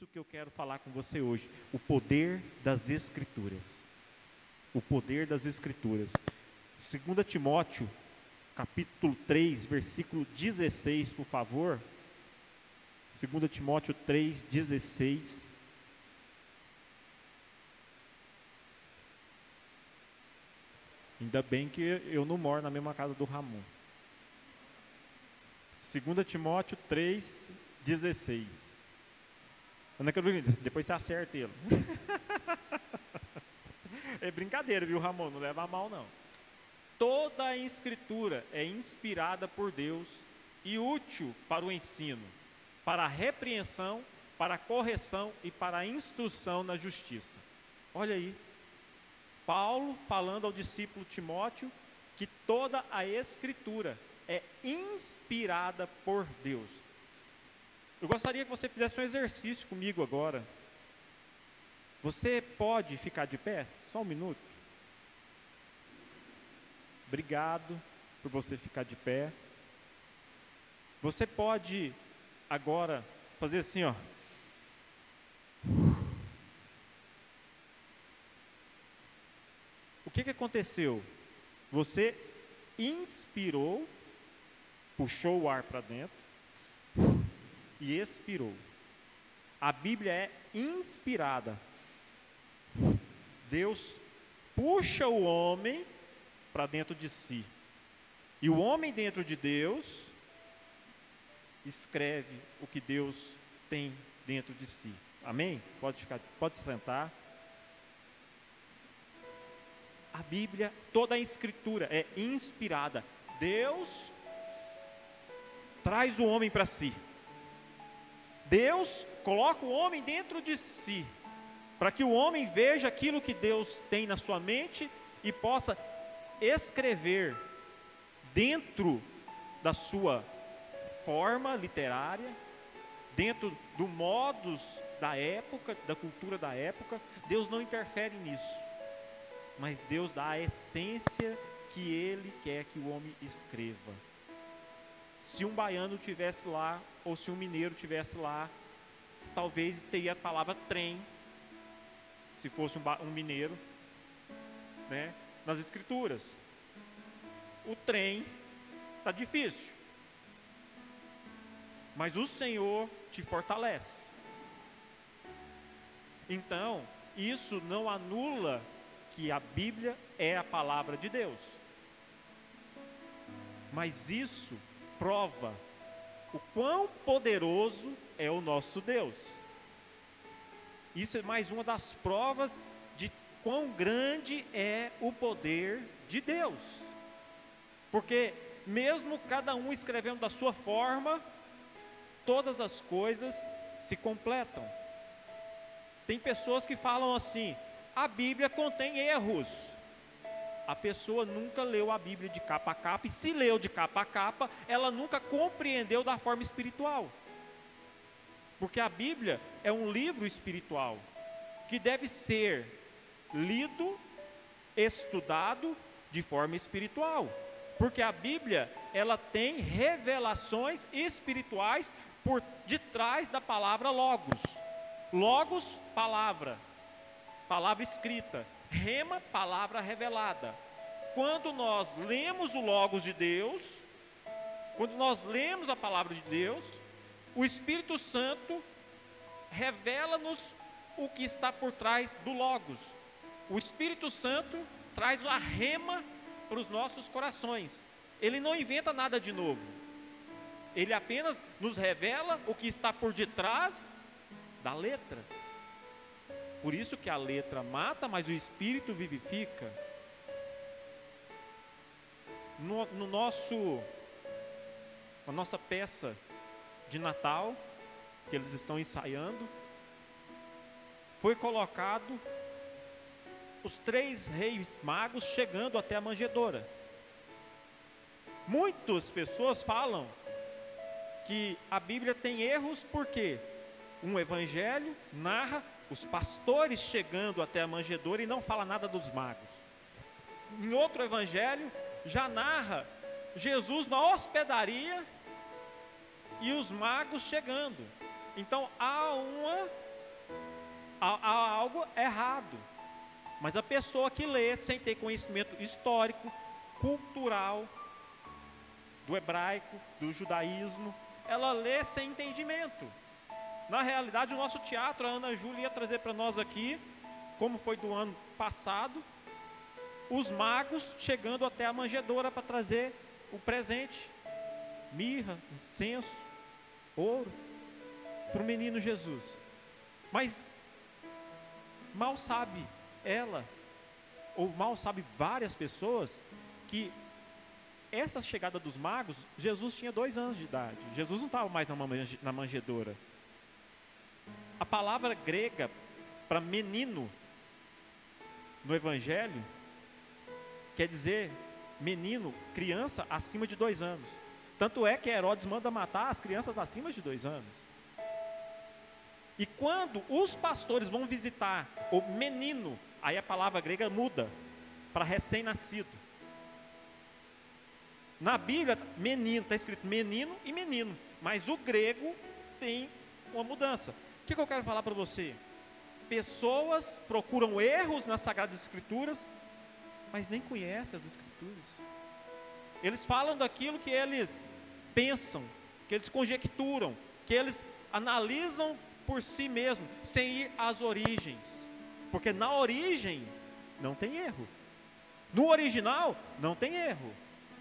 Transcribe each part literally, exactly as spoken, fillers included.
que eu quero falar com você hoje, o poder das Escrituras. O poder das Escrituras. Segunda Timóteo, capítulo três, versículo dezesseis, por favor. Segunda Timóteo três, dezesseis. Ainda bem que eu não moro na mesma casa do Ramon. Segunda Timóteo três, dezesseis. Ana Carolina, depois você acerta ele. É brincadeira, viu, Ramon? Não leva a mal, não. Toda a Escritura é inspirada por Deus e útil para o ensino, para a repreensão, para a correção e para a instrução na justiça. Olha aí, Paulo falando ao discípulo Timóteo que toda a Escritura é inspirada por Deus. Eu gostaria que você fizesse um exercício comigo agora. Você pode ficar de pé? Só um minuto. Obrigado por você ficar de pé. Você pode agora fazer assim, ó. O que que aconteceu? Você inspirou, puxou o ar para dentro e expirou. A Bíblia é inspirada. Deus puxa o homem para dentro de si. E o homem dentro de Deus escreve o que Deus tem dentro de si. Amém? Pode ficar, pode se sentar. A Bíblia, toda a Escritura é inspirada. Deus traz o homem para si. Deus coloca o homem dentro de si, para que o homem veja aquilo que Deus tem na sua mente e possa escrever dentro da sua forma literária, dentro do modus da época, da cultura da época. Deus não interfere nisso, mas Deus dá a essência que Ele quer que o homem escreva. Se um baiano tivesse lá, ou se um mineiro tivesse lá, talvez teria a palavra trem, se fosse um, um mineiro, né, nas escrituras. O trem está difícil, mas o Senhor te fortalece. Então, isso não anula que a Bíblia é a palavra de Deus, mas isso prova o quão poderoso é o nosso Deus. Isso é mais uma das provas de quão grande é o poder de Deus. Porque mesmo cada um escrevendo da sua forma, todas as coisas se completam. Tem pessoas que falam assim: a Bíblia contém erros. A pessoa nunca leu a Bíblia de capa a capa, e se leu de capa a capa, ela nunca compreendeu da forma espiritual. Porque a Bíblia é um livro espiritual, que deve ser lido, estudado de forma espiritual. Porque a Bíblia, ela tem revelações espirituais por detrás da palavra logos. Logos, palavra, palavra escrita. Rema, palavra revelada. Quando nós lemos o logos de Deus, quando nós lemos a palavra de Deus, o Espírito Santo revela-nos o que está por trás do logos. O Espírito Santo traz a rema para os nossos corações. Ele não inventa nada de novo. Ele apenas nos revela o que está por detrás da letra. Por isso que a letra mata, mas o Espírito vivifica. No, no nosso, a nossa peça de Natal, que eles estão ensaiando, foi colocado os três reis magos chegando até a manjedoura. Muitas pessoas falam que a Bíblia tem erros porque um evangelho narra os pastores chegando até a manjedoura e não fala nada dos magos. Em outro evangelho já narra Jesus na hospedaria e os magos chegando. Então há uma há, há algo errado. Mas a pessoa que lê sem ter conhecimento histórico, cultural, do hebraico, do judaísmo, ela lê sem entendimento. Na realidade, o nosso teatro, a Ana Júlia ia trazer para nós aqui, como foi do ano passado, os magos chegando até a manjedoura para trazer o presente, mirra, incenso, ouro, para o menino Jesus. Mas mal sabe ela, ou mal sabe várias pessoas, que essa chegada dos magos, Jesus tinha dois anos de idade. Jesus não estava mais na manjedoura. A palavra grega para menino no Evangelho quer dizer menino, criança acima de dois anos. Tanto é que Herodes manda matar as crianças acima de dois anos. E quando os pastores vão visitar o menino, aí a palavra grega muda para recém-nascido. Na Bíblia, menino, está escrito menino e menino, mas o grego tem uma mudança. O que, que eu quero falar para você? Pessoas procuram erros nas Sagradas Escrituras, mas nem conhecem as Escrituras. Eles falam daquilo que eles pensam, que eles conjecturam, que eles analisam por si mesmos, sem ir às origens. Porque na origem não tem erro. No original não tem erro.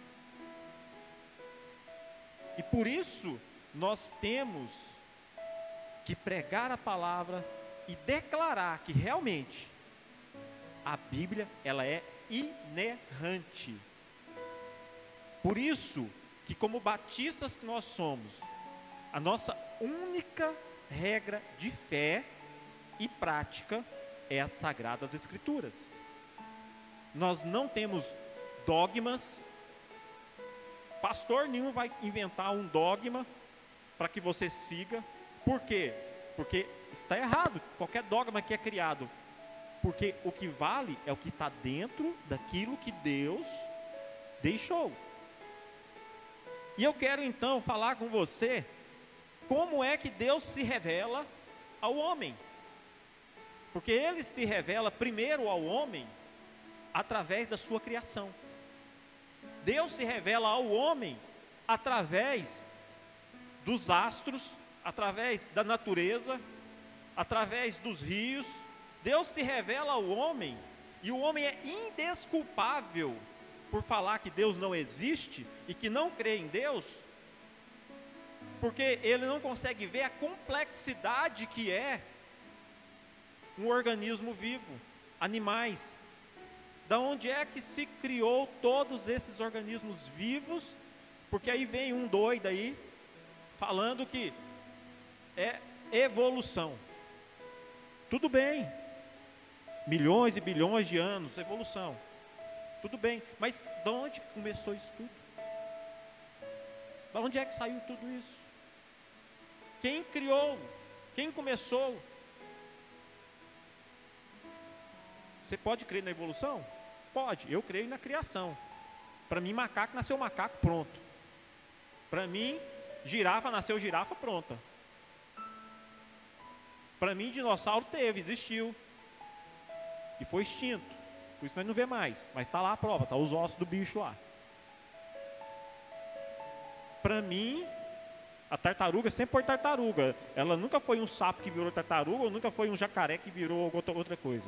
E por isso nós temos que pregar a palavra e declarar que realmente a Bíblia ela é inerrante. Por isso que como batistas que nós somos, a nossa única regra de fé e prática é as Sagradas Escrituras. Nós não temos dogmas. Pastor nenhum vai inventar um dogma para que você siga. Por quê? Porque está errado qualquer dogma que é criado. Porque o que vale é o que está dentro daquilo que Deus deixou. E eu quero então falar com você como é que Deus se revela ao homem. Porque Ele se revela primeiro ao homem através da sua criação. Deus se revela ao homem através dos astros, através da natureza, através dos rios. Deus se revela ao homem, e o homem é indesculpável por falar que Deus não existe e que não crê em Deus, porque ele não consegue ver a complexidade que é um organismo vivo, animais. Da onde é que se criou todos esses organismos vivos? Porque aí vem um doido aí, falando que é evolução. Tudo bem, milhões e bilhões de anos, evolução. Tudo bem, mas de onde começou isso tudo? De onde é que saiu tudo isso? Quem criou? Quem começou? Você pode crer na evolução? Pode, eu creio na criação. Para mim, macaco nasceu macaco, pronto. Para mim, girafa nasceu girafa, pronta. Para mim, dinossauro teve, existiu. E foi extinto. Por isso nós não vê mais. Mas está lá a prova, está os ossos do bicho lá. Para mim, a tartaruga sempre foi tartaruga. Ela nunca foi um sapo que virou tartaruga, ou nunca foi um jacaré que virou outra, outra coisa.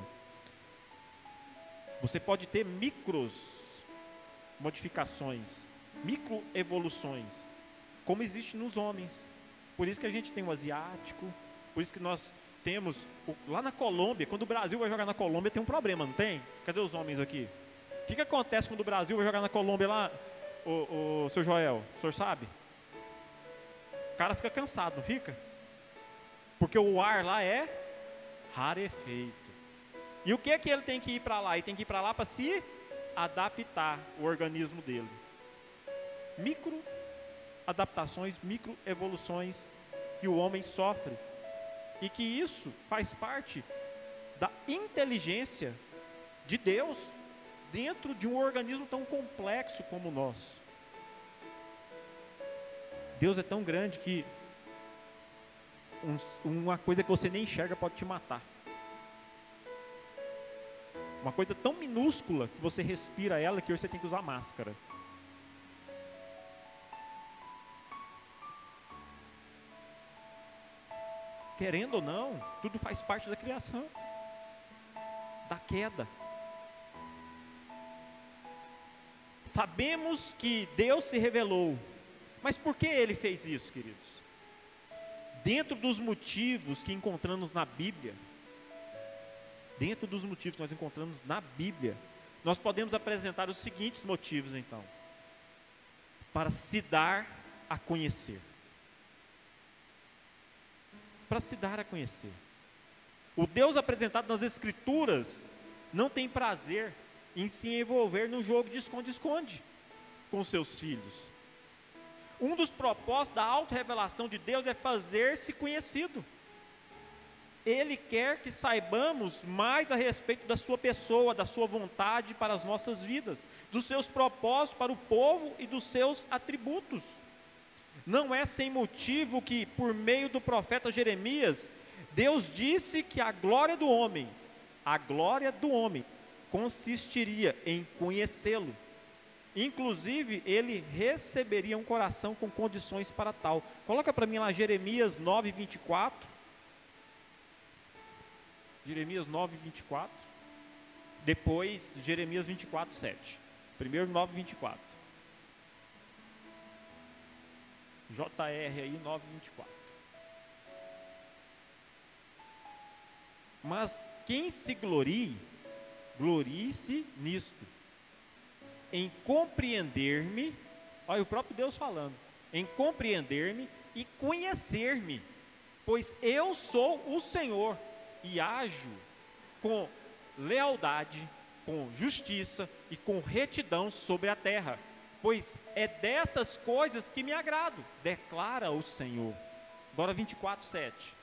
Você pode ter micros modificações, microevoluções, como existe nos homens. Por isso que a gente tem o asiático, por isso que nós temos, o, lá na Colômbia, quando o Brasil vai jogar na Colômbia tem um problema, não tem? Cadê os homens aqui? O que, que acontece quando o Brasil vai jogar na Colômbia lá, o, o seu Joel? O senhor sabe? O cara fica cansado, não fica? Porque o ar lá é rarefeito. E o que é que ele tem que ir para lá? Ele tem que ir para lá para se adaptar o organismo dele. Micro adaptações, micro evoluções que o homem sofre. E que isso faz parte da inteligência de Deus dentro de um organismo tão complexo como o nosso. Deus é tão grande que um, uma coisa que você nem enxerga pode te matar. Uma coisa tão minúscula que você respira ela que hoje você tem que usar máscara. Querendo ou não, tudo faz parte da criação, da queda. Sabemos que Deus se revelou, mas por que Ele fez isso, queridos? Dentro dos motivos que encontramos na Bíblia, dentro dos motivos que nós encontramos na Bíblia, nós podemos apresentar os seguintes motivos, então, para se dar a conhecer. Para se dar a conhecer. O Deus apresentado nas Escrituras não tem prazer em se envolver no jogo de esconde-esconde com seus filhos. Um dos propósitos da autorrevelação de Deus é fazer-se conhecido. Ele quer que saibamos mais a respeito da sua pessoa, da sua vontade para as nossas vidas, dos seus propósitos para o povo e dos seus atributos. Não é sem motivo que, por meio do profeta Jeremias, Deus disse que a glória do homem, a glória do homem, consistiria em conhecê-lo. Inclusive, ele receberia um coração com condições para tal. Coloca para mim lá Jeremias nove, vinte e quatro. Jeremias nove, vinte e quatro. Depois, Jeremias vinte e quatro, sete. Primeiro nove, vinte e quatro. J R aí, nove, vinte e quatro. Mas quem se glorie, glorie-se nisto, em compreender-me, olha o próprio Deus falando, em compreender-me e conhecer-me, pois eu sou o Senhor e ajo com lealdade, com justiça e com retidão sobre a terra, pois é dessas coisas que me agrado, declara o Senhor. Agora vinte e quatro, sete.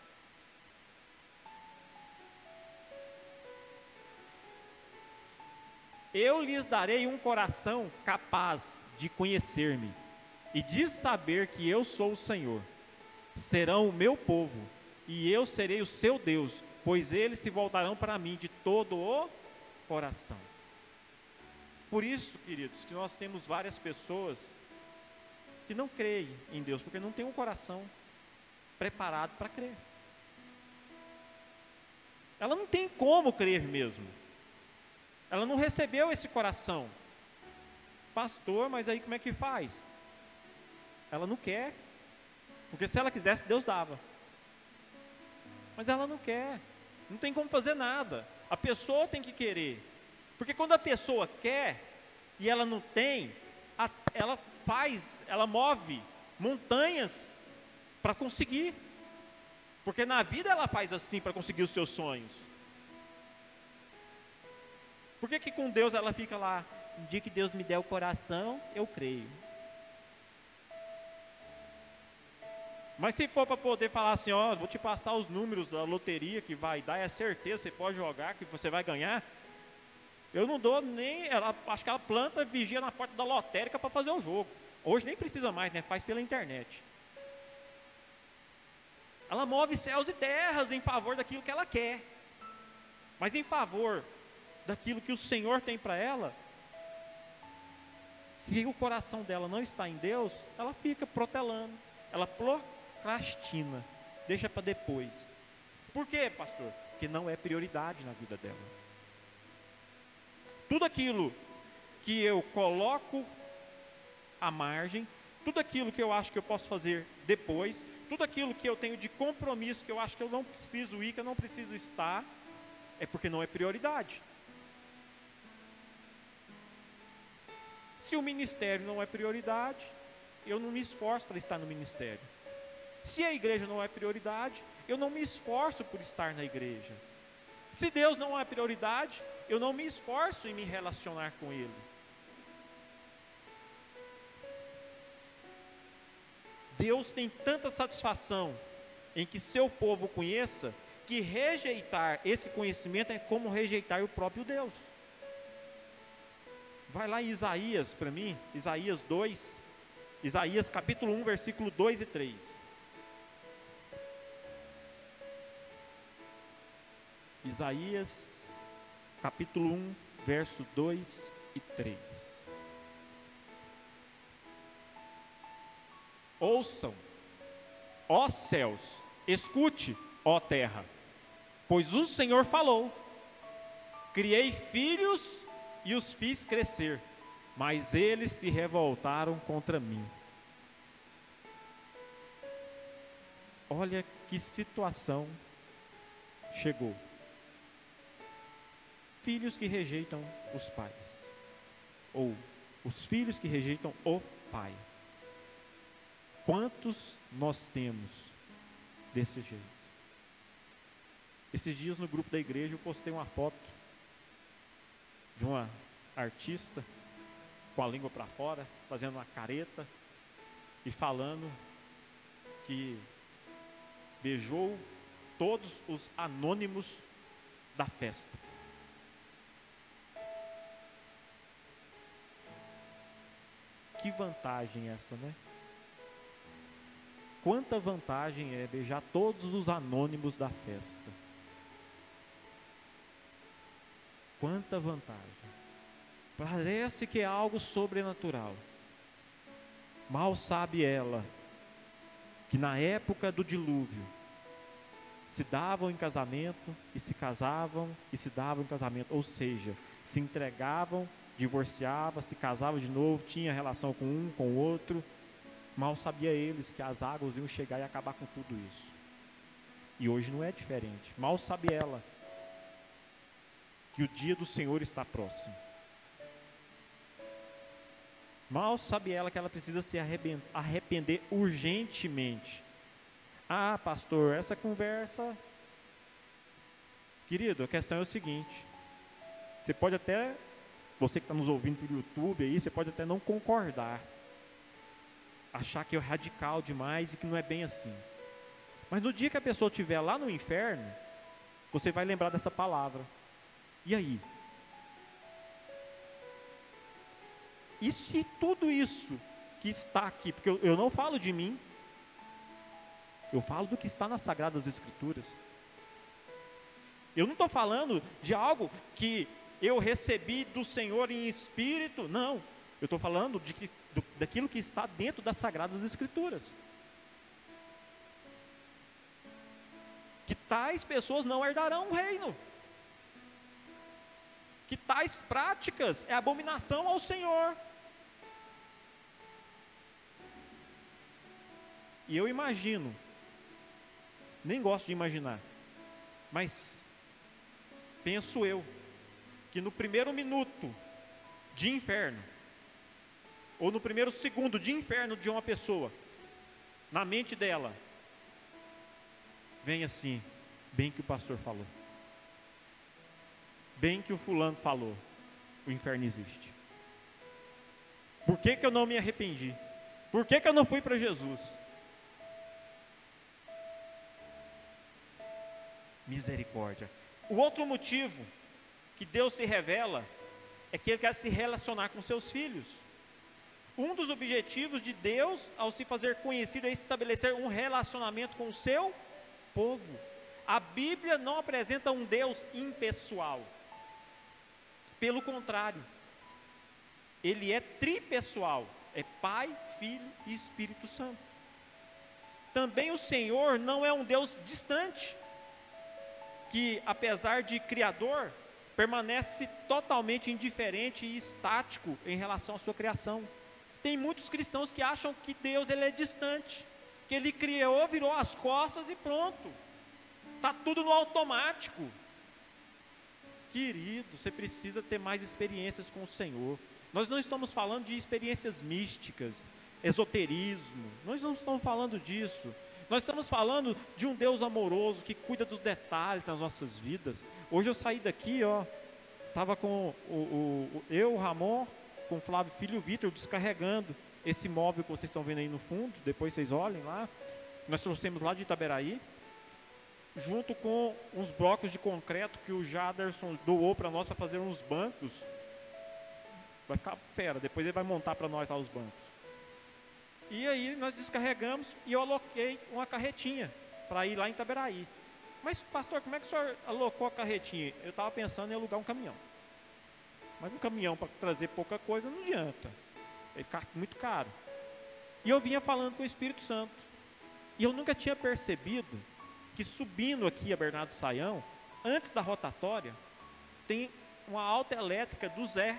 Eu lhes darei um coração capaz de conhecer-me e de saber que eu sou o Senhor. Serão o meu povo e eu serei o seu Deus, pois eles se voltarão para mim de todo o coração. Por isso, queridos, que nós temos várias pessoas que não creem em Deus, porque não tem um coração preparado para crer. Ela não tem como crer mesmo. Ela não recebeu esse coração. Pastor, mas aí como é que faz? Ela não quer. Porque se ela quisesse, Deus dava. Mas ela não quer. Não tem como fazer nada. A pessoa tem que querer. Porque quando a pessoa quer e ela não tem, a, ela faz, ela move montanhas para conseguir. Porque na vida ela faz assim para conseguir os seus sonhos. Por que que com Deus ela fica lá? Um dia que Deus me der o coração, eu creio. Mas se for para poder falar assim, ó, vou te passar os números da loteria que vai dar, é certeza, você pode jogar, que você vai ganhar. Eu não dou nem, ela, acho que ela planta vigia na porta da lotérica para fazer o jogo. Hoje nem precisa mais, né? Faz pela internet. Ela move céus e terras em favor daquilo que ela quer. Mas em favor daquilo que o Senhor tem para ela, se o coração dela não está em Deus, ela fica protelando, ela procrastina, deixa para depois. Por quê, pastor? Porque não é prioridade na vida dela. Tudo aquilo que eu coloco à margem, tudo aquilo que eu acho que eu posso fazer depois, tudo aquilo que eu tenho de compromisso, que eu acho que eu não preciso ir, que eu não preciso estar, é porque não é prioridade. Se o ministério não é prioridade, eu não me esforço para estar no ministério. Se a igreja não é prioridade, eu não me esforço por estar na igreja. Se Deus não é prioridade, eu não me esforço em me relacionar com Ele. Deus tem tanta satisfação em que seu povo conheça, que rejeitar esse conhecimento é como rejeitar o próprio Deus. Vai lá em Isaías para mim, Isaías dois, Isaías capítulo um, versículo dois e três. Isaías, capítulo um, verso dois e três. Ouçam, ó céus, escute, ó terra, pois o Senhor falou. Criei filhos e os fiz crescer, mas eles se revoltaram contra mim. Olha que situação chegou. Filhos que rejeitam os pais, ou os filhos que rejeitam o pai. Quantos nós temos desse jeito? Esses dias no grupo da igreja eu postei uma foto de uma artista com a língua para fora, fazendo uma careta e falando que beijou todos os anônimos da festa. Que vantagem essa, né? Quanta vantagem é beijar todos os anônimos da festa. Quanta vantagem. Parece que é algo sobrenatural. Mal sabe ela que na época do dilúvio se davam em casamento e se casavam e se davam em casamento, ou seja, se entregavam, divorciavam, se casavam de novo, tinha relação com um, com o outro. Mal sabia eles que as águas iam chegar e acabar com tudo isso. E hoje não é diferente. Mal sabe ela que o dia do Senhor está próximo. Mal sabe ela que ela precisa se arrepender urgentemente. Ah, pastor, essa conversa... Querido, a questão é o seguinte. Você pode até, você que está nos ouvindo pelo YouTube aí, você pode até não concordar. Achar que é radical demais e que não é bem assim. Mas no dia que a pessoa estiver lá no inferno, você vai lembrar dessa palavra. E aí? E se tudo isso que está aqui, porque eu, eu não falo de mim, eu falo do que está nas Sagradas Escrituras. Eu não estou falando de algo que eu recebi do Senhor em espírito, não. Eu estou falando de que, do, daquilo que está dentro das Sagradas Escrituras. Que tais pessoas não herdarão o reino. Que tais práticas é abominação ao Senhor. E eu imagino, nem gosto de imaginar, mas penso eu, que no primeiro minuto de inferno, ou no primeiro segundo de inferno de uma pessoa, na mente dela, vem assim, bem que o pastor falou, bem que o fulano falou, o inferno existe. Por que que eu não me arrependi? Por que que eu não fui para Jesus? Misericórdia. O outro motivo que Deus se revela é que Ele quer se relacionar com seus filhos. Um dos objetivos de Deus ao se fazer conhecido é estabelecer um relacionamento com o seu povo. A Bíblia não apresenta um Deus impessoal. Pelo contrário, Ele é tripessoal, é Pai, Filho e Espírito Santo. Também o Senhor não é um Deus distante, que apesar de Criador, permanece totalmente indiferente e estático em relação à sua criação. Tem muitos cristãos que acham que Deus ele é distante, que Ele criou, virou as costas e pronto, está tudo no automático. Querido, você precisa ter mais experiências com o Senhor. Nós não estamos falando de experiências místicas, esoterismo, nós não estamos falando disso. Nós estamos falando de um Deus amoroso que cuida dos detalhes nas nossas vidas. Hoje eu saí daqui, ó, estava com o, o, o, eu, o Ramon, com o Flávio Filho e o Vitor descarregando esse móvel que vocês estão vendo aí no fundo. Depois vocês olhem lá. Nós trouxemos lá de Itaberaí, junto com uns blocos de concreto que o Jaderson doou para nós para fazer uns bancos. Vai ficar fera, depois ele vai montar para nós lá os bancos. E aí nós descarregamos e eu aloquei uma carretinha para ir lá em Itaberaí. Mas pastor, como é que o senhor alocou a carretinha? Eu estava pensando em alugar um caminhão. Mas um caminhão para trazer pouca coisa não adianta. Vai ficar muito caro. E eu vinha falando com o Espírito Santo. E eu nunca tinha percebido que subindo aqui a Bernardo Saião, antes da rotatória, tem uma autoelétrica do Zé.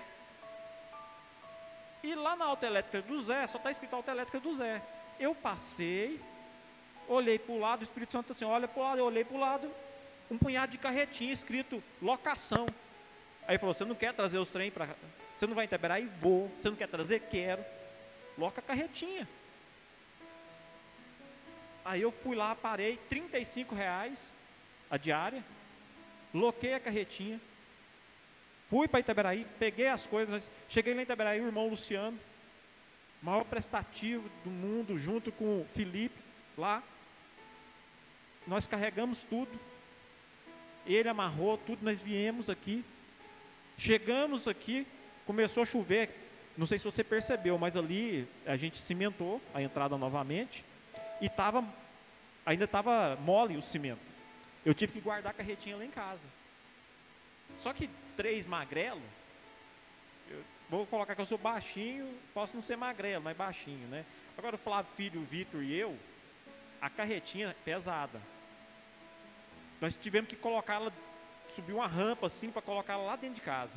E lá na autoelétrica do Zé, só está escrito autoelétrica do Zé. Eu passei, olhei para o lado, o Espírito Santo assim, olha para o lado, eu olhei para o lado, um punhado de carretinha escrito locação. Aí ele falou, você não quer trazer os trem para... Você não vai em Itaberaí? Vou. Você não quer trazer? Quero. Loca a carretinha. Aí eu fui lá, parei, trinta e cinco reais a diária, loquei a carretinha, fui para Itaberaí, peguei as coisas, cheguei lá em Itaberaí, o irmão Luciano, maior prestativo do mundo, junto com o Felipe, lá, nós carregamos tudo, ele amarrou tudo, nós viemos aqui, chegamos aqui, começou a chover, não sei se você percebeu, mas ali a gente cimentou a entrada novamente, e tava, ainda estava mole o cimento. Eu tive que guardar a carretinha lá em casa. Só que três magrelo, eu vou colocar que eu sou baixinho, posso não ser magrelo, mas baixinho, né? Agora o Flávio Filho, o Vitor e eu, a carretinha é pesada. Nós tivemos que colocá-la, subir uma rampa assim para colocá-la lá dentro de casa.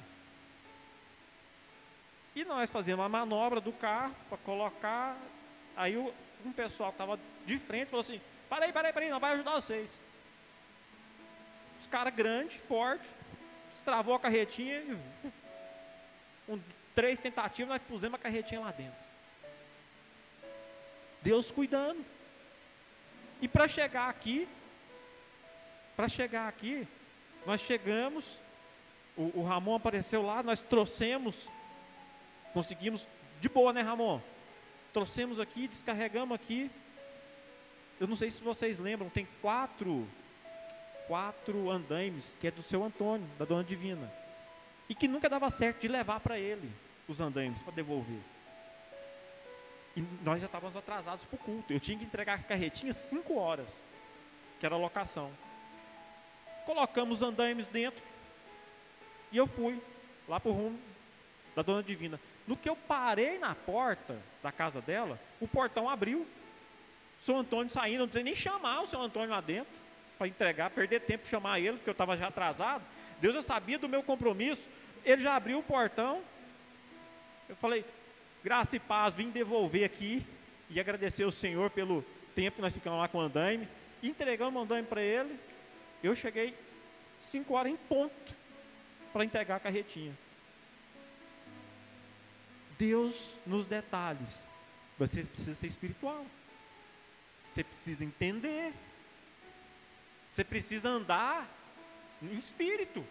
E nós fazíamos a manobra do carro para colocar, aí o um pessoal que estava de frente falou assim, parei, parei, parei, não vai ajudar vocês. Os caras grandes, fortes, destravou a carretinha e com três tentativas nós pusemos a carretinha lá dentro. Deus cuidando. E para chegar aqui, para chegar aqui, nós chegamos, o, o Ramon apareceu lá, nós trouxemos, conseguimos, de boa, né, Ramon? Trouxemos aqui, descarregamos aqui. Eu não sei se vocês lembram, tem quatro, quatro andaimes que é do seu Antônio, da Dona Divina. E que nunca dava certo de levar para ele os andaimes, para devolver. E nós já estávamos atrasados para o culto. Eu tinha que entregar a carretinha cinco horas, que era a locação. Colocamos os andaimes dentro e eu fui lá para o rumo da Dona Divina. No que eu parei na porta da casa dela, o portão abriu. O seu Antônio saindo, não precisei nem chamar o seu Antônio lá dentro para entregar, perder tempo para chamar ele, porque eu estava já atrasado. Deus já sabia do meu compromisso, ele já abriu o portão. Eu falei, graça e paz, vim devolver aqui e agradecer ao Senhor pelo tempo que nós ficamos lá com o andaime. Entregamos o andaime para ele. Eu cheguei cinco horas em ponto para entregar a carretinha. Deus nos detalhes. Você precisa ser espiritual. Você precisa entender. Você precisa andar em espírito.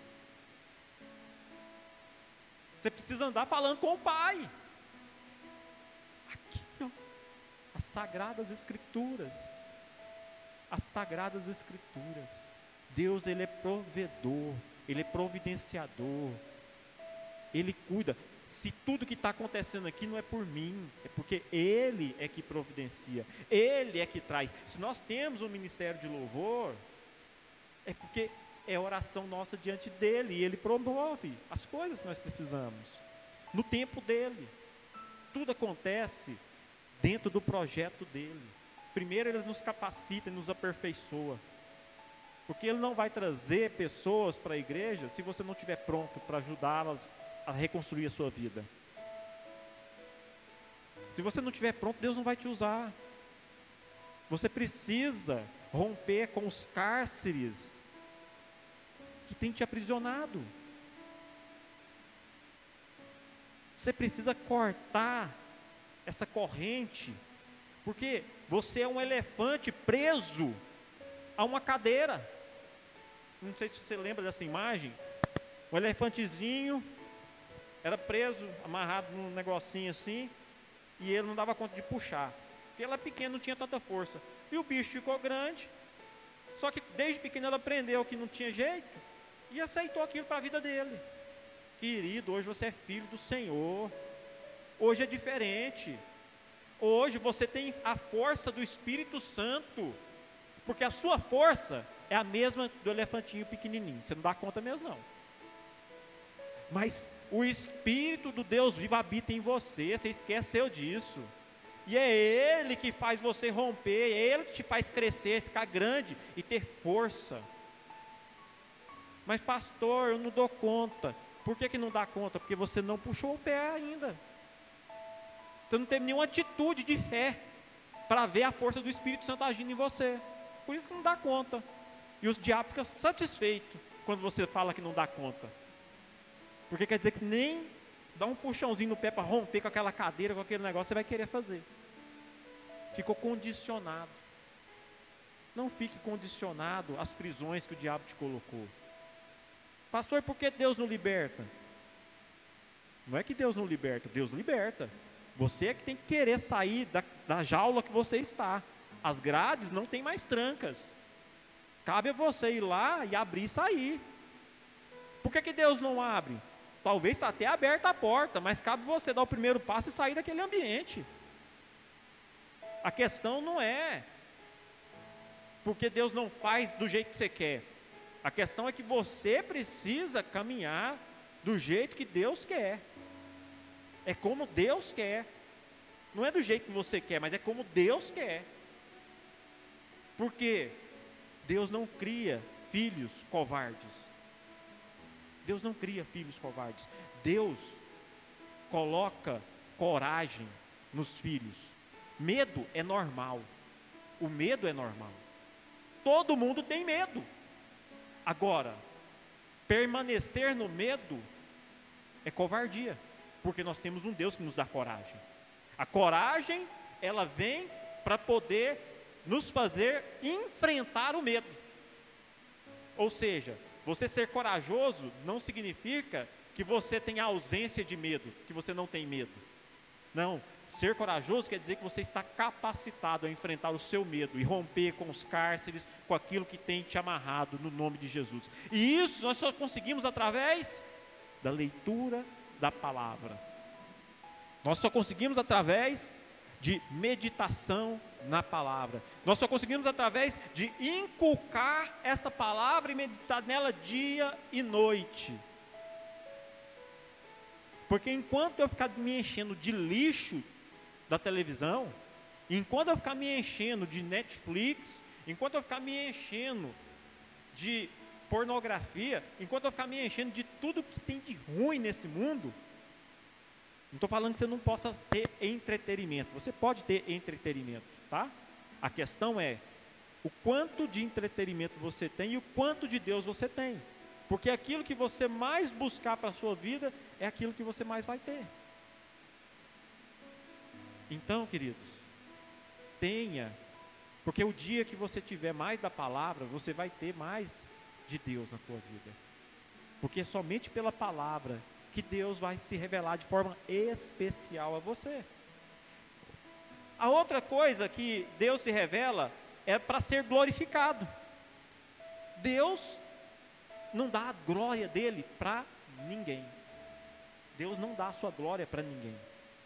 Você precisa andar falando com o Pai. Aqui, ó, as Sagradas Escrituras. As Sagradas Escrituras. Deus, Ele é provedor. Ele é providenciador. Ele cuida. Se tudo que está acontecendo aqui não é por mim, é porque Ele é que providencia, Ele é que traz. Se nós temos um ministério de louvor, é porque é oração nossa diante dEle, e Ele promove as coisas que nós precisamos, no tempo dEle. Tudo acontece dentro do projeto dEle. Primeiro Ele nos capacita e nos aperfeiçoa, porque Ele não vai trazer pessoas para a igreja se você não estiver pronto para ajudá-las a reconstruir a sua vida. Se você não estiver pronto, Deus não vai te usar. Você precisa romper com os cárceres que tem te aprisionado. Você precisa cortar essa corrente, porque você é um elefante preso a uma cadeira. Não sei se você lembra dessa imagem. Um elefantezinho era preso, amarrado num negocinho assim, e ele não dava conta de puxar, porque ela pequena, não tinha tanta força, e o bicho ficou grande, só que desde pequeno ela aprendeu que não tinha jeito, e aceitou aquilo para a vida dele. Querido, hoje você é filho do Senhor, hoje é diferente, hoje você tem a força do Espírito Santo Porque a sua força é a mesma do elefantinho pequenininho. Você não dá conta mesmo, não. Mas o Espírito do Deus vivo habita em você. Você esqueceu disso. E é Ele que faz você romper. É Ele que te faz crescer, ficar grande e ter força. Mas pastor, eu não dou conta. Por que que não dá conta? Porque você não puxou o pé ainda. Você não teve nenhuma atitude de fé para ver a força do Espírito Santo agindo em você. Por isso que não dá conta. E os diabos ficam satisfeitos quando você fala que não dá conta. Porque quer dizer que nem dá um puxãozinho no pé para romper com aquela cadeira, com aquele negócio, você vai querer fazer. Ficou condicionado. Não fique condicionado às prisões que o diabo te colocou. Pastor, por que Deus não liberta? Não é que Deus não liberta, Deus liberta. Você é que tem que querer sair da, da jaula que você está. As grades não tem mais trancas. Cabe a você ir lá e abrir e sair. Por que que Deus não abre? Talvez está até aberta a porta, mas cabe você dar o primeiro passo e sair daquele ambiente. A questão não é porque Deus não faz do jeito que você quer. A questão é que você precisa caminhar do jeito que Deus quer. É como Deus quer. Não é do jeito que você quer, mas é como Deus quer. Porque Deus não cria filhos covardes. Deus não cria filhos covardes. Deus coloca coragem nos filhos. Medo é normal. O medo é normal. Todo mundo tem medo. Agora, permanecer no medo é covardia. Porque nós temos um Deus que nos dá coragem. A coragem, ela vem para poder nos fazer enfrentar o medo. Ou seja, você ser corajoso não significa que você tem ausência de medo, que você não tem medo. Não, ser corajoso quer dizer que você está capacitado a enfrentar o seu medo e romper com os cárceres, com aquilo que tem te amarrado no nome de Jesus. E isso nós só conseguimos através da leitura da palavra. Nós só conseguimos através de meditação na palavra. Nós só conseguimos através de inculcar essa palavra e meditar nela dia e noite. Porque enquanto eu ficar me enchendo de lixo da televisão, enquanto eu ficar me enchendo de Netflix, enquanto eu ficar me enchendo de pornografia, enquanto eu ficar me enchendo de tudo que tem de ruim nesse mundo, não estou falando que você não possa ter entretenimento. Você pode ter entretenimento, tá? A questão é o quanto de entretenimento você tem e o quanto de Deus você tem. Porque aquilo que você mais buscar para a sua vida é aquilo que você mais vai ter. Então, queridos, tenha, porque o dia que você tiver mais da palavra, você vai ter mais de Deus na tua vida. Porque é somente pela palavra que Deus vai se revelar de forma especial a você. A outra coisa que Deus se revela é para ser glorificado. Deus não dá a glória dele para ninguém. Deus não dá a sua glória para ninguém.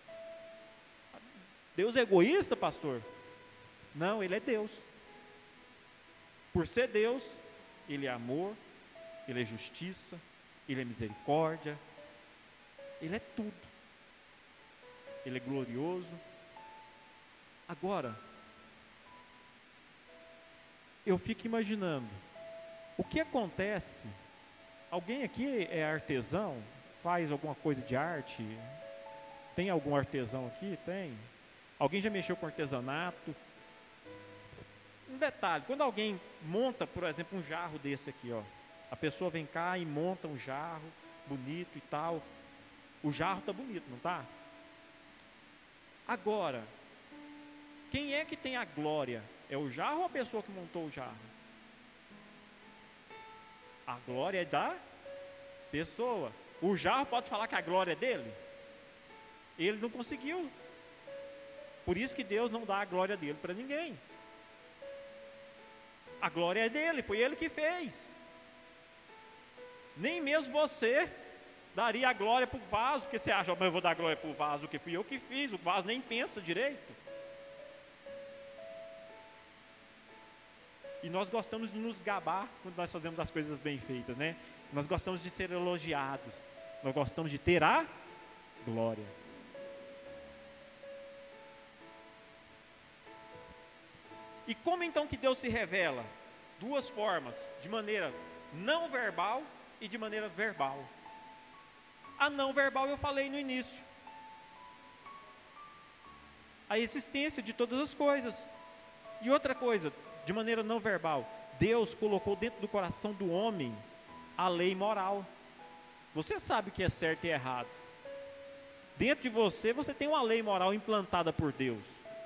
Deus é egoísta, pastor? Não, ele é Deus. Por ser Deus, ele é amor, ele é justiça, ele é misericórdia, ele é tudo. Ele é glorioso. Agora, eu fico imaginando, o que acontece? Alguém aqui é artesão? Faz alguma coisa de arte? Tem algum artesão aqui? Tem. Alguém já mexeu com artesanato? Um detalhe, quando alguém monta, por exemplo, um jarro desse aqui, ó, a pessoa vem cá e monta um jarro bonito e tal. O jarro está bonito, não está? Agora, quem é que tem a glória? É o jarro ou a pessoa que montou o jarro? A glória é da pessoa. O jarro pode falar que a glória é dele? Ele não conseguiu. Por isso que Deus não dá a glória dele para ninguém. A glória é dele, foi ele que fez. Nem mesmo você daria a glória para o vaso, porque você acha, mas eu vou dar a glória para o vaso, que fui eu que fiz, o vaso nem pensa direito. E nós gostamos de nos gabar quando nós fazemos as coisas bem feitas, né? Nós gostamos de ser elogiados. Nós gostamos de ter a glória. E como então que Deus se revela? Duas formas, de maneira não verbal e de maneira verbal. A não verbal eu falei no início. A existência de todas as coisas. E outra coisa, de maneira não verbal, Deus colocou dentro do coração do homem a lei moral. Você sabe o que é certo e errado. Dentro de você, você tem uma lei moral implantada por Deus.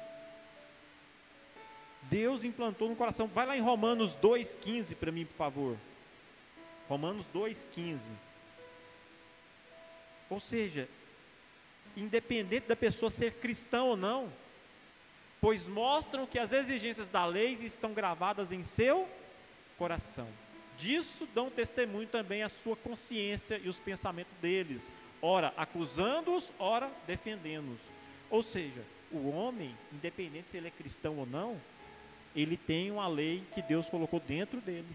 Deus implantou no coração. Vai lá em Romanos dois, quinze para mim, por favor. Romanos dois, quinze. Ou seja, independente da pessoa ser cristã ou não, pois mostram que as exigências da lei estão gravadas em seu coração. Disso dão testemunho também a sua consciência e os pensamentos deles, ora acusando-os, ora defendendo-os. Ou seja, o homem, independente se ele é cristão ou não, ele tem uma lei que Deus colocou dentro dele.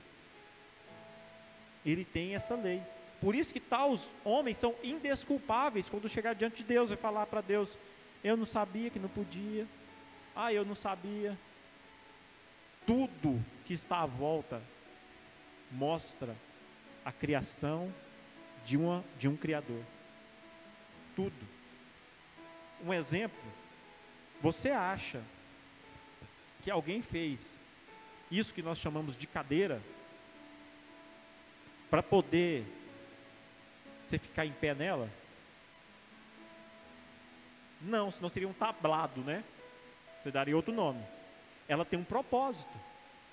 Ele tem essa lei. Por isso que tais homens são indesculpáveis quando chegar diante de Deus e falar para Deus: eu não sabia que não podia, ah, eu não sabia. Tudo que está à volta mostra a criação de, uma, de um Criador. Tudo. Um exemplo, você acha que alguém fez isso que nós chamamos de cadeira para poder você ficar em pé nela? Não, senão seria um tablado, né? Você daria outro nome. Ela tem um propósito.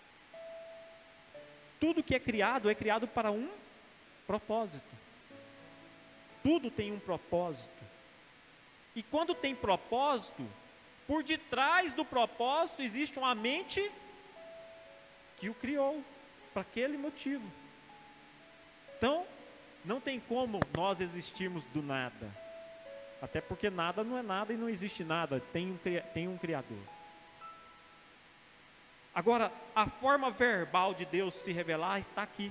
Tudo que é criado é criado para um propósito. Tudo tem um propósito. E quando tem propósito, por detrás do propósito existe uma mente que o criou para aquele motivo. Então, não tem como nós existirmos do nada. Até porque nada não é nada e não existe nada. Tem um, tem um Criador. Agora, a forma verbal de Deus se revelar está aqui.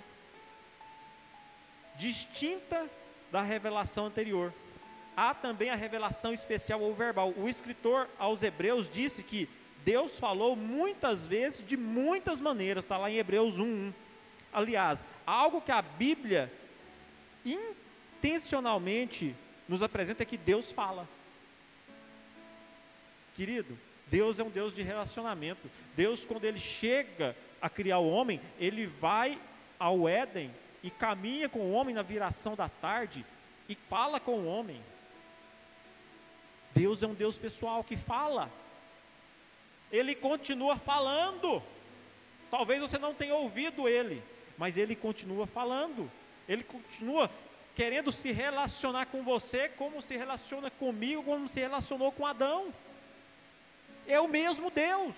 Distinta da revelação anterior. Há também a revelação especial ou verbal. O escritor aos Hebreus disse que Deus falou muitas vezes, de muitas maneiras. Está lá em Hebreus um, um. Aliás, algo que a Bíblia intencionalmente nos apresenta é que Deus fala. Querido, Deus é um Deus de relacionamento. Deus, quando Ele chega a criar o homem, Ele vai ao Éden e caminha com o homem na viração da tarde e fala com o homem. Deus é um Deus pessoal que fala. Ele continua falando. Talvez você não tenha ouvido Ele, mas Ele continua falando. Ele continua querendo se relacionar com você como se relaciona comigo, como se relacionou com Adão. É o mesmo Deus.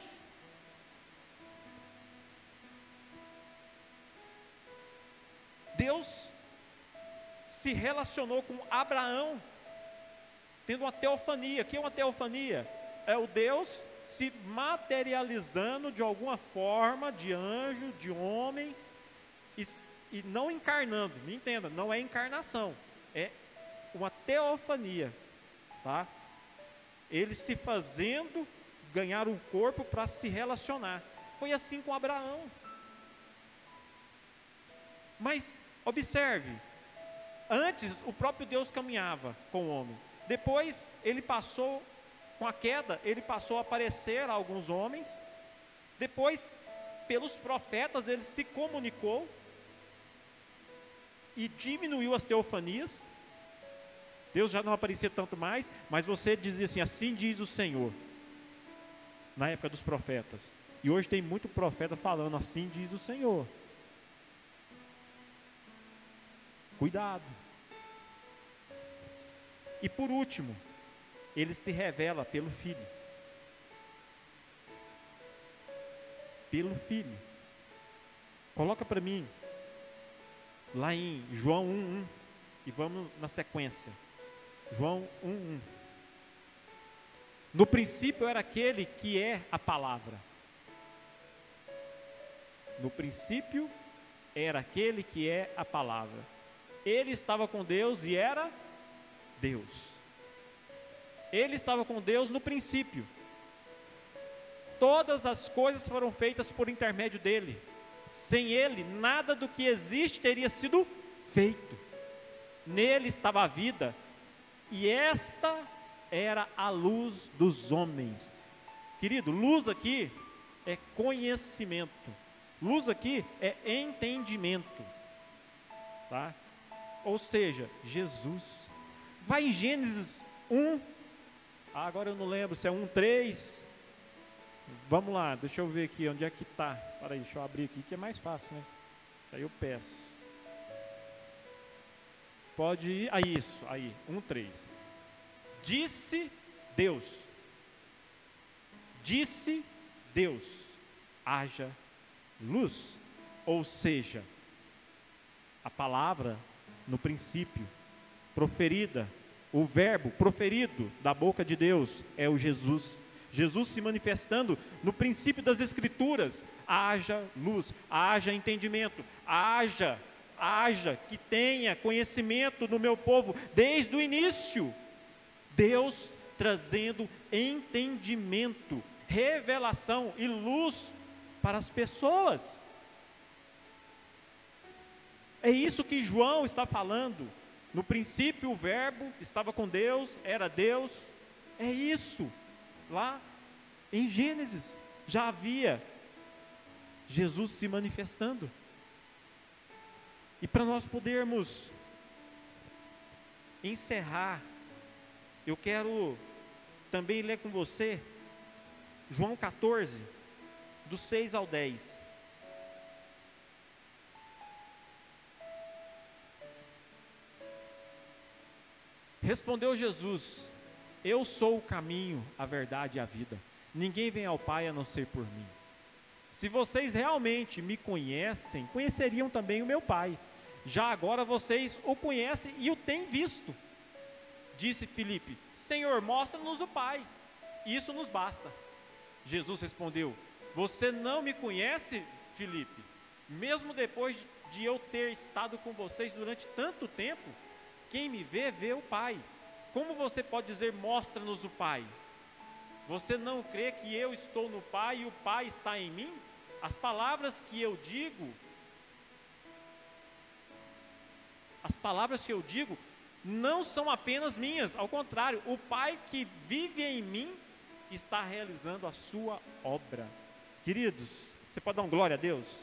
Deus se relacionou com Abraão, tendo uma teofania. O que é uma teofania? É o Deus se materializando de alguma forma, de anjo, de homem, e, e não encarnando. Me entenda, não é encarnação, é uma teofania, tá? Ele se fazendo ganhar um corpo para se relacionar. Foi assim com Abraão. Mas observe, antes o próprio Deus caminhava com o homem. Depois ele passou, com a queda, ele passou a aparecer a alguns homens. Depois, pelos profetas, ele se comunicou e diminuiu as teofanias. Deus já não aparecia tanto mais, mas você dizia assim: assim diz o Senhor. Na época dos profetas. E hoje tem muito profeta falando: assim diz o Senhor. Cuidado. E por último, Ele se revela pelo Filho. Pelo Filho. Coloca para mim, lá em João um, um, e vamos na sequência. João um, um. No princípio era aquele que é a palavra. No princípio era aquele que é a palavra. Ele estava com Deus e era Deus. Ele estava com Deus no princípio. Todas as coisas foram feitas por intermédio dele. Sem ele, nada do que existe teria sido feito. Nele estava a vida, e esta era a luz dos homens. Querido, luz aqui é conhecimento. Luz aqui é entendimento. Tá? Ou seja, Jesus. Vai em Gênesis um. Ah, agora eu não lembro se é um, três. Vamos lá, deixa eu ver aqui onde é que está. Para aí, deixa eu abrir aqui que é mais fácil, né? Aí eu peço. Pode ir, aí isso, aí, um, três. Disse Deus. Disse Deus, haja luz. Ou seja, a palavra no princípio, proferida, o verbo proferido da boca de Deus é o Jesus. Jesus se manifestando no princípio das Escrituras, haja luz, haja entendimento, haja, haja que tenha conhecimento no meu povo desde o início. Deus trazendo entendimento, revelação e luz para as pessoas. É isso que João está falando. No princípio o verbo estava com Deus, era Deus. É isso. Lá em Gênesis já havia Jesus se manifestando. E para nós podermos encerrar, eu quero também ler com você João quatorze, do seis ao dez. Respondeu Jesus: eu sou o caminho, a verdade e a vida. Ninguém vem ao Pai a não ser por mim. Se vocês realmente me conhecem, conheceriam também o meu Pai. Já agora vocês o conhecem e o têm visto. Disse Filipe: Senhor, mostra-nos o Pai, isso nos basta. Jesus respondeu: você não me conhece, Filipe? Mesmo depois de eu ter estado com vocês durante tanto tempo, quem me vê, vê o Pai. Como você pode dizer, mostra-nos o Pai? Você não crê que eu estou no Pai e o Pai está em mim? As palavras que eu digo, as palavras que eu digo, não são apenas minhas, ao contrário, o Pai que vive em mim está realizando a sua obra. Queridos, você pode dar um glória a Deus?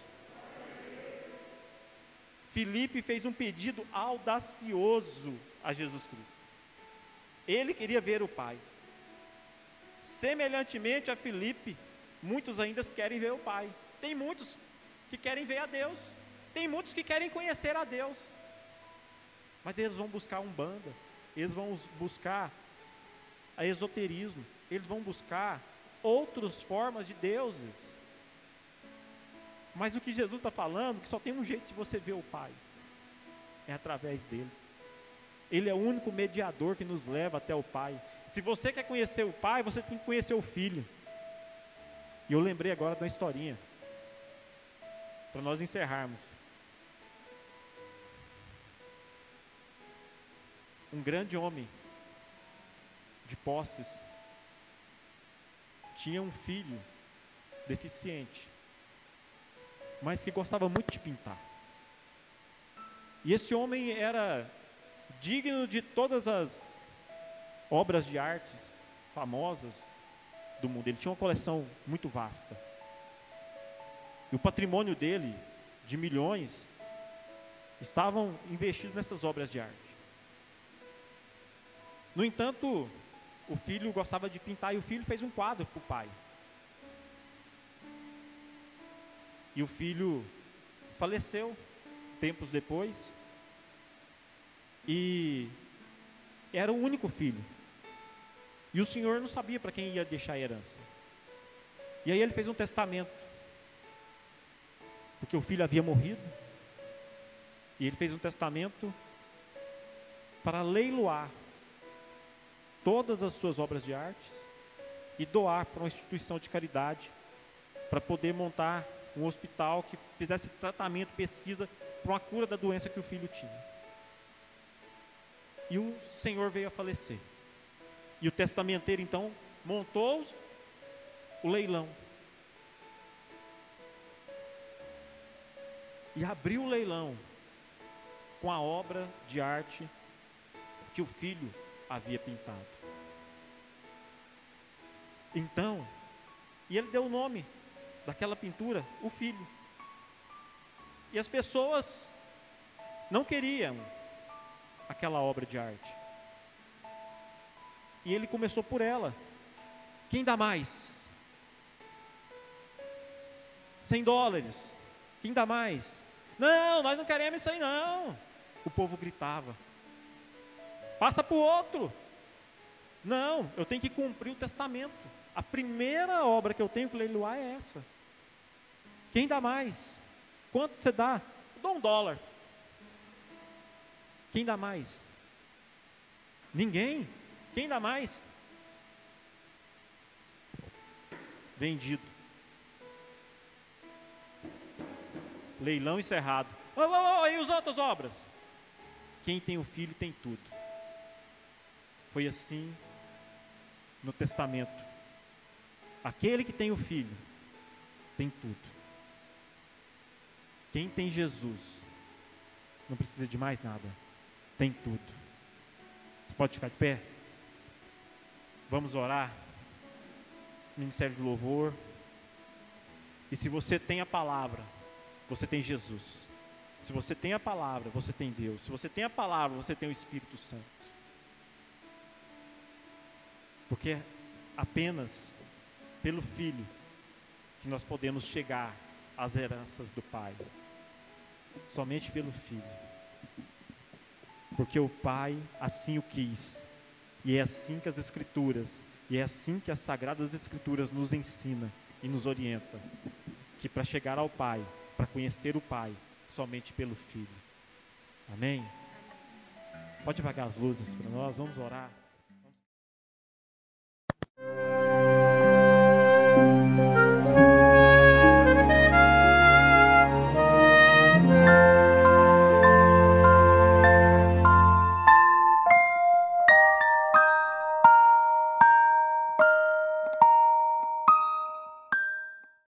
Filipe fez um pedido audacioso a Jesus Cristo. Ele queria ver o Pai. Semelhantemente a Filipe, muitos ainda querem ver o Pai. Tem muitos que querem ver a Deus. Tem muitos que querem conhecer a Deus. Mas eles vão buscar umbanda. Eles vão buscar a esoterismo. Eles vão buscar outras formas de deuses. Mas o que Jesus está falando, que só tem um jeito de você ver o Pai, é através dele. Ele é o único mediador que nos leva até o Pai. Se você quer conhecer o Pai, você tem que conhecer o Filho. E eu lembrei agora de uma historinha, para nós encerrarmos. Um grande homem de posses tinha um filho deficiente, mas que gostava muito de pintar. E esse homem era digno de todas as obras de artes famosas do mundo. Ele tinha uma coleção muito vasta. E o patrimônio dele, de milhões, estavam investidos nessas obras de arte. No entanto, o filho gostava de pintar e o filho fez um quadro para o pai. E o filho faleceu tempos depois. E era o único filho. E o senhor não sabia para quem ia deixar a herança. E aí ele fez um testamento. Porque o filho havia morrido. E ele fez um testamento para leiloar todas as suas obras de artes e doar para uma instituição de caridade, para poder montar um hospital que fizesse tratamento, pesquisa para uma cura da doença que o filho tinha. E o senhor veio a falecer. E o testamenteiro então montou o leilão. E abriu o leilão com a obra de arte que o filho havia pintado. Então, e ele deu o nome daquela pintura, o filho. E as pessoas não queriam aquela obra de arte. E ele começou por ela. Quem dá mais? cem dólares. Quem dá mais? Não, nós não queremos isso aí não. O povo gritava. Passa para o outro. Não, eu tenho que cumprir o testamento. A primeira obra que eu tenho que leiloar é essa. Quem dá mais? Quanto você dá? Eu dou um dólar. Quem dá mais? Ninguém. Quem dá mais? Vendido. Leilão encerrado. Oh, oh, oh, e as outras obras? Quem tem o filho tem tudo. Foi assim no testamento. Aquele que tem o filho tem tudo. Quem tem Jesus não precisa de mais nada. Tem tudo. Você pode ficar de pé? Vamos orar. Ministério de louvor. E se você tem a palavra, você tem Jesus. Se você tem a palavra, você tem Deus. Se você tem a palavra, você tem o Espírito Santo. Porque apenas pelo Filho que nós podemos chegar às heranças do Pai. Somente pelo Filho. Porque o Pai assim o quis. E é assim que as Escrituras, e é assim que as Sagradas Escrituras nos ensina e nos orienta. Que para chegar ao Pai, para conhecer o Pai, somente pelo Filho. Amém? Pode apagar as luzes para nós, vamos orar.